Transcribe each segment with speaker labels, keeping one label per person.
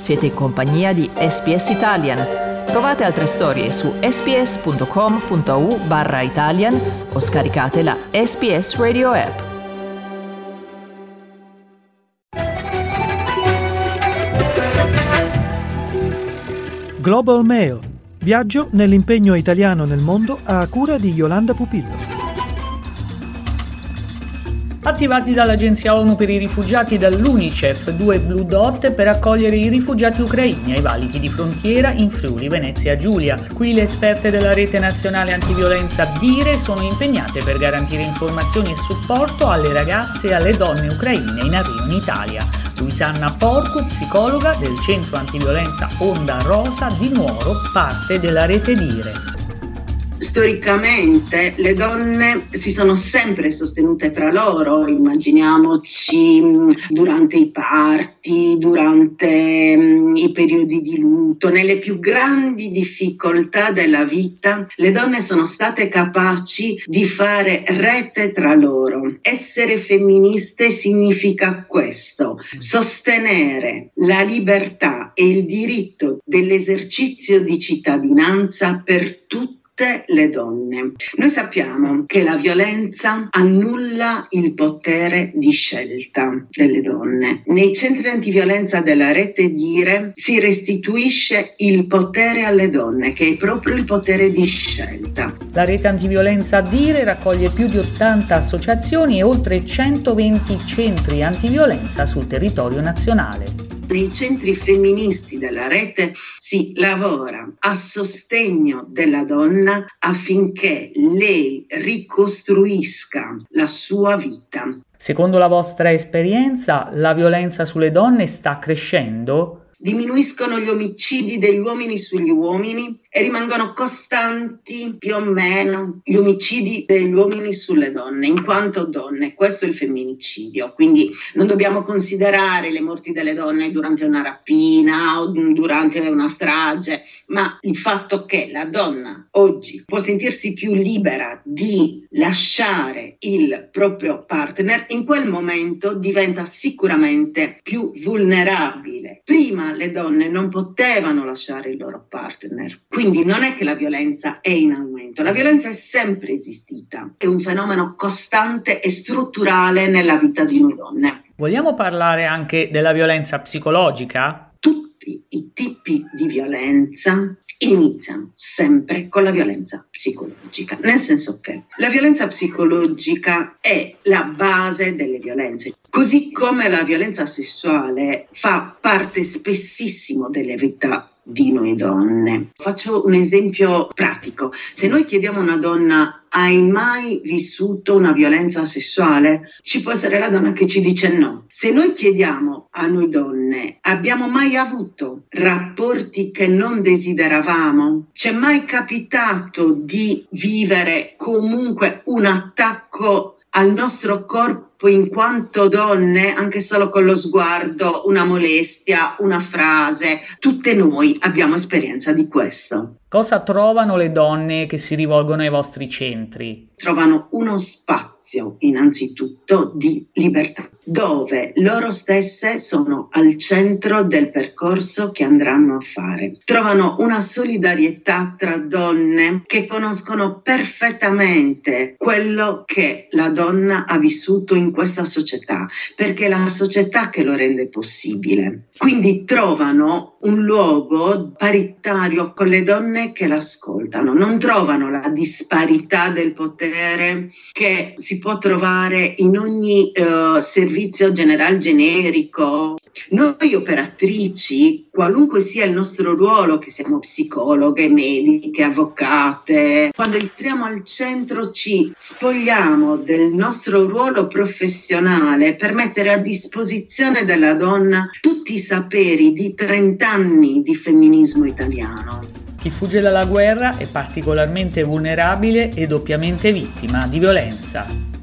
Speaker 1: Siete in compagnia di SBS Italian. Trovate altre storie su sbs.com.au/Italian o scaricate la SBS Radio app.
Speaker 2: Global Mail. Viaggio nell'impegno italiano nel mondo a cura di Yolanda Pupillo.
Speaker 3: Attivati dall'Agenzia ONU per i rifugiati e dall'UNICEF, 2 Blue Dot per accogliere i rifugiati ucraini ai valichi di frontiera in Friuli Venezia Giulia. Qui le esperte della Rete Nazionale Antiviolenza DIRE sono impegnate per garantire informazioni e supporto alle ragazze e alle donne ucraine in arrivo in Italia. Luisanna Porcu, psicologa del Centro Antiviolenza Onda Rosa di Nuoro, parte della Rete DIRE.
Speaker 4: Storicamente le donne si sono sempre sostenute tra loro, immaginiamoci durante i parti, durante i periodi di lutto, nelle più grandi difficoltà della vita, le donne sono state capaci di fare rete tra loro. Essere femministe significa questo: sostenere la libertà e il diritto dell'esercizio di cittadinanza per tutte le donne. Noi sappiamo che la violenza annulla il potere di scelta delle donne. Nei centri antiviolenza della Rete DIRE si restituisce il potere alle donne, che è proprio il potere di scelta.
Speaker 3: La Rete Antiviolenza DIRE raccoglie più di 80 associazioni e oltre 120 centri antiviolenza sul territorio nazionale.
Speaker 4: Nei centri femministi della rete si lavora a sostegno della donna affinché lei ricostruisca la sua vita.
Speaker 3: Secondo la vostra esperienza, la violenza sulle donne sta crescendo?
Speaker 4: Diminuiscono gli omicidi degli uomini sugli uomini e rimangono costanti più o meno gli omicidi degli uomini sulle donne, in quanto donne. Questo è il femminicidio. Quindi non dobbiamo considerare le morti delle donne durante una rapina o durante una strage, ma il fatto che la donna oggi può sentirsi più libera di lasciare il proprio partner, in quel momento diventa sicuramente più vulnerabile. Prima le donne non potevano lasciare il loro partner. Quindi non è che la violenza è in aumento, la violenza è sempre esistita, è un fenomeno costante e strutturale nella vita di noi donne.
Speaker 3: Vogliamo parlare anche della violenza psicologica?
Speaker 4: Tutti i tipi di violenza iniziano sempre con la violenza psicologica, nel senso che la violenza psicologica è la base delle violenze, così come la violenza sessuale fa parte spessissimo delle vita di noi donne. Faccio un esempio pratico. Se noi chiediamo a una donna: hai mai vissuto una violenza sessuale? Ci può essere la donna che ci dice no. Se noi chiediamo a noi donne: abbiamo mai avuto rapporti che non desideravamo? Ci è mai capitato di vivere comunque un attacco al nostro corpo in quanto donne, anche solo con lo sguardo, una molestia, una frase? Tutte noi abbiamo esperienza di questo.
Speaker 3: Cosa trovano le donne che si rivolgono ai vostri centri?
Speaker 4: Trovano uno spazio, innanzitutto, di libertà, dove loro stesse sono al centro del percorso che andranno a fare. Trovano una solidarietà tra donne che conoscono perfettamente quello che la donna ha vissuto in questa società, perché è la società che lo rende possibile. Quindi trovano un luogo paritario con le donne che l'ascoltano, non trovano la disparità del potere che si può trovare in ogni servizio general generico. Noi operatrici, qualunque sia il nostro ruolo, che siamo psicologhe, mediche, avvocate, quando entriamo al centro ci spogliamo del nostro ruolo professionale per mettere a disposizione della donna tutti i saperi di 30 anni di femminismo italiano.
Speaker 3: Chi fugge dalla guerra è particolarmente vulnerabile e doppiamente vittima di violenza.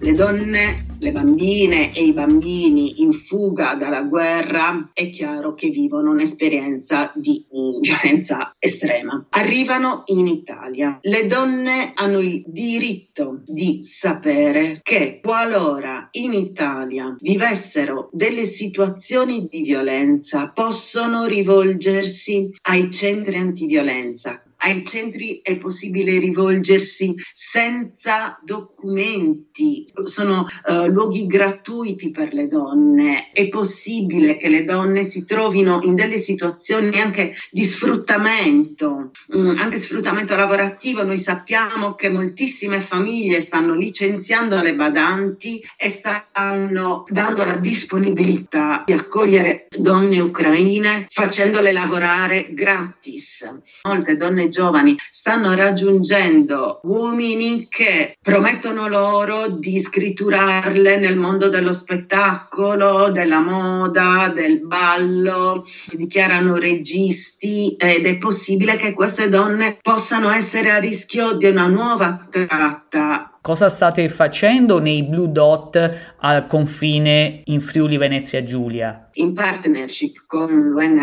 Speaker 4: le donne, le bambine e i bambini in fuga dalla guerra è chiaro che vivono un'esperienza di violenza estrema. Arrivano in Italia. Le donne hanno il diritto di sapere che qualora in Italia vivessero delle situazioni di violenza possono rivolgersi ai centri antiviolenza. Ai centri è possibile rivolgersi senza documenti, sono luoghi gratuiti per le donne. È possibile che le donne si trovino in delle situazioni anche di sfruttamento, anche sfruttamento lavorativo. Noi sappiamo che moltissime famiglie stanno licenziando le badanti e stanno dando la disponibilità di accogliere donne ucraine facendole lavorare gratis. Molte donne giovani stanno raggiungendo uomini che promettono loro di scritturarle nel mondo dello spettacolo, della moda, del ballo, si dichiarano registi ed è possibile che queste donne possano essere a rischio di una nuova tratta.
Speaker 3: Cosa state facendo nei Blue Dot al confine in Friuli Venezia Giulia?
Speaker 4: In partnership con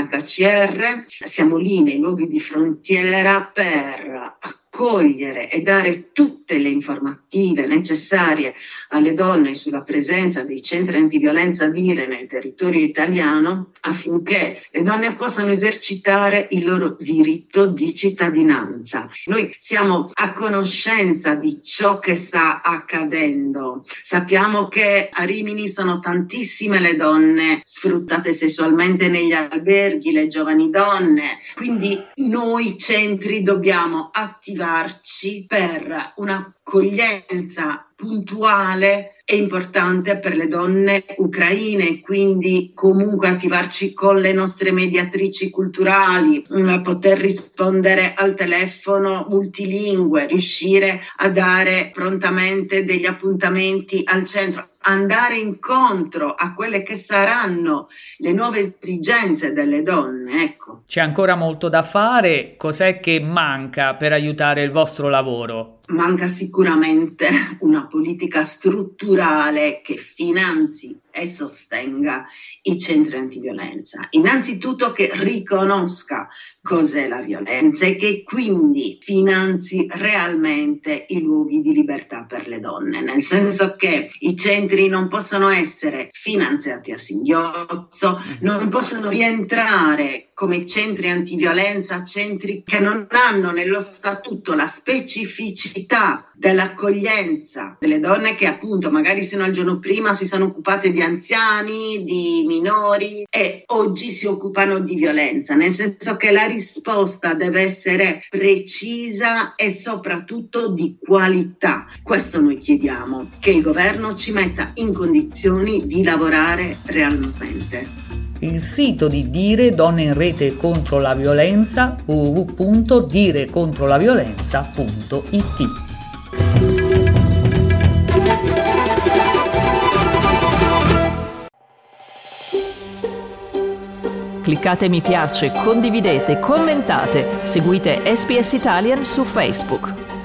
Speaker 4: l'UNHCR siamo lì nei luoghi di frontiera per accogliere e dare tutte le informative necessarie alle donne sulla presenza dei centri antiviolenza DIRE nel territorio italiano affinché le donne possano esercitare il loro diritto di cittadinanza. Noi siamo a conoscenza di ciò che sta accadendo. Sappiamo che a Rimini sono tantissime le donne sfruttate sessualmente negli alberghi, le giovani donne. Quindi noi centri dobbiamo attivarci per un'accoglienza puntuale e importante per le donne ucraine, quindi comunque attivarci con le nostre mediatrici culturali, poter rispondere al telefono multilingue, riuscire a dare prontamente degli appuntamenti al centro, andare incontro a quelle che saranno le nuove esigenze delle donne, ecco.
Speaker 3: C'è ancora molto da fare, cos'è che manca per aiutare il vostro lavoro?
Speaker 4: Manca sicuramente una politica strutturale che finanzi e sostenga i centri antiviolenza. Innanzitutto che riconosca cos'è la violenza e che quindi finanzi realmente i luoghi di libertà per le donne, nel senso che i centri non possono essere finanziati a singhiozzo, non possono rientrare come centri antiviolenza, centri che non hanno nello statuto la specificità dell'accoglienza delle donne che appunto magari sino al giorno prima si sono occupate di anziani, di minori e oggi si occupano di violenza, nel senso che la risposta deve essere precisa e soprattutto di qualità. Questo noi chiediamo, che il governo ci metta in condizioni di lavorare realmente.
Speaker 3: Il sito di Dire Donne in Rete contro la Violenza, www.direcontrolaviolenza.it.
Speaker 1: Cliccate mi piace, condividete, commentate, seguite SPS Italian su Facebook.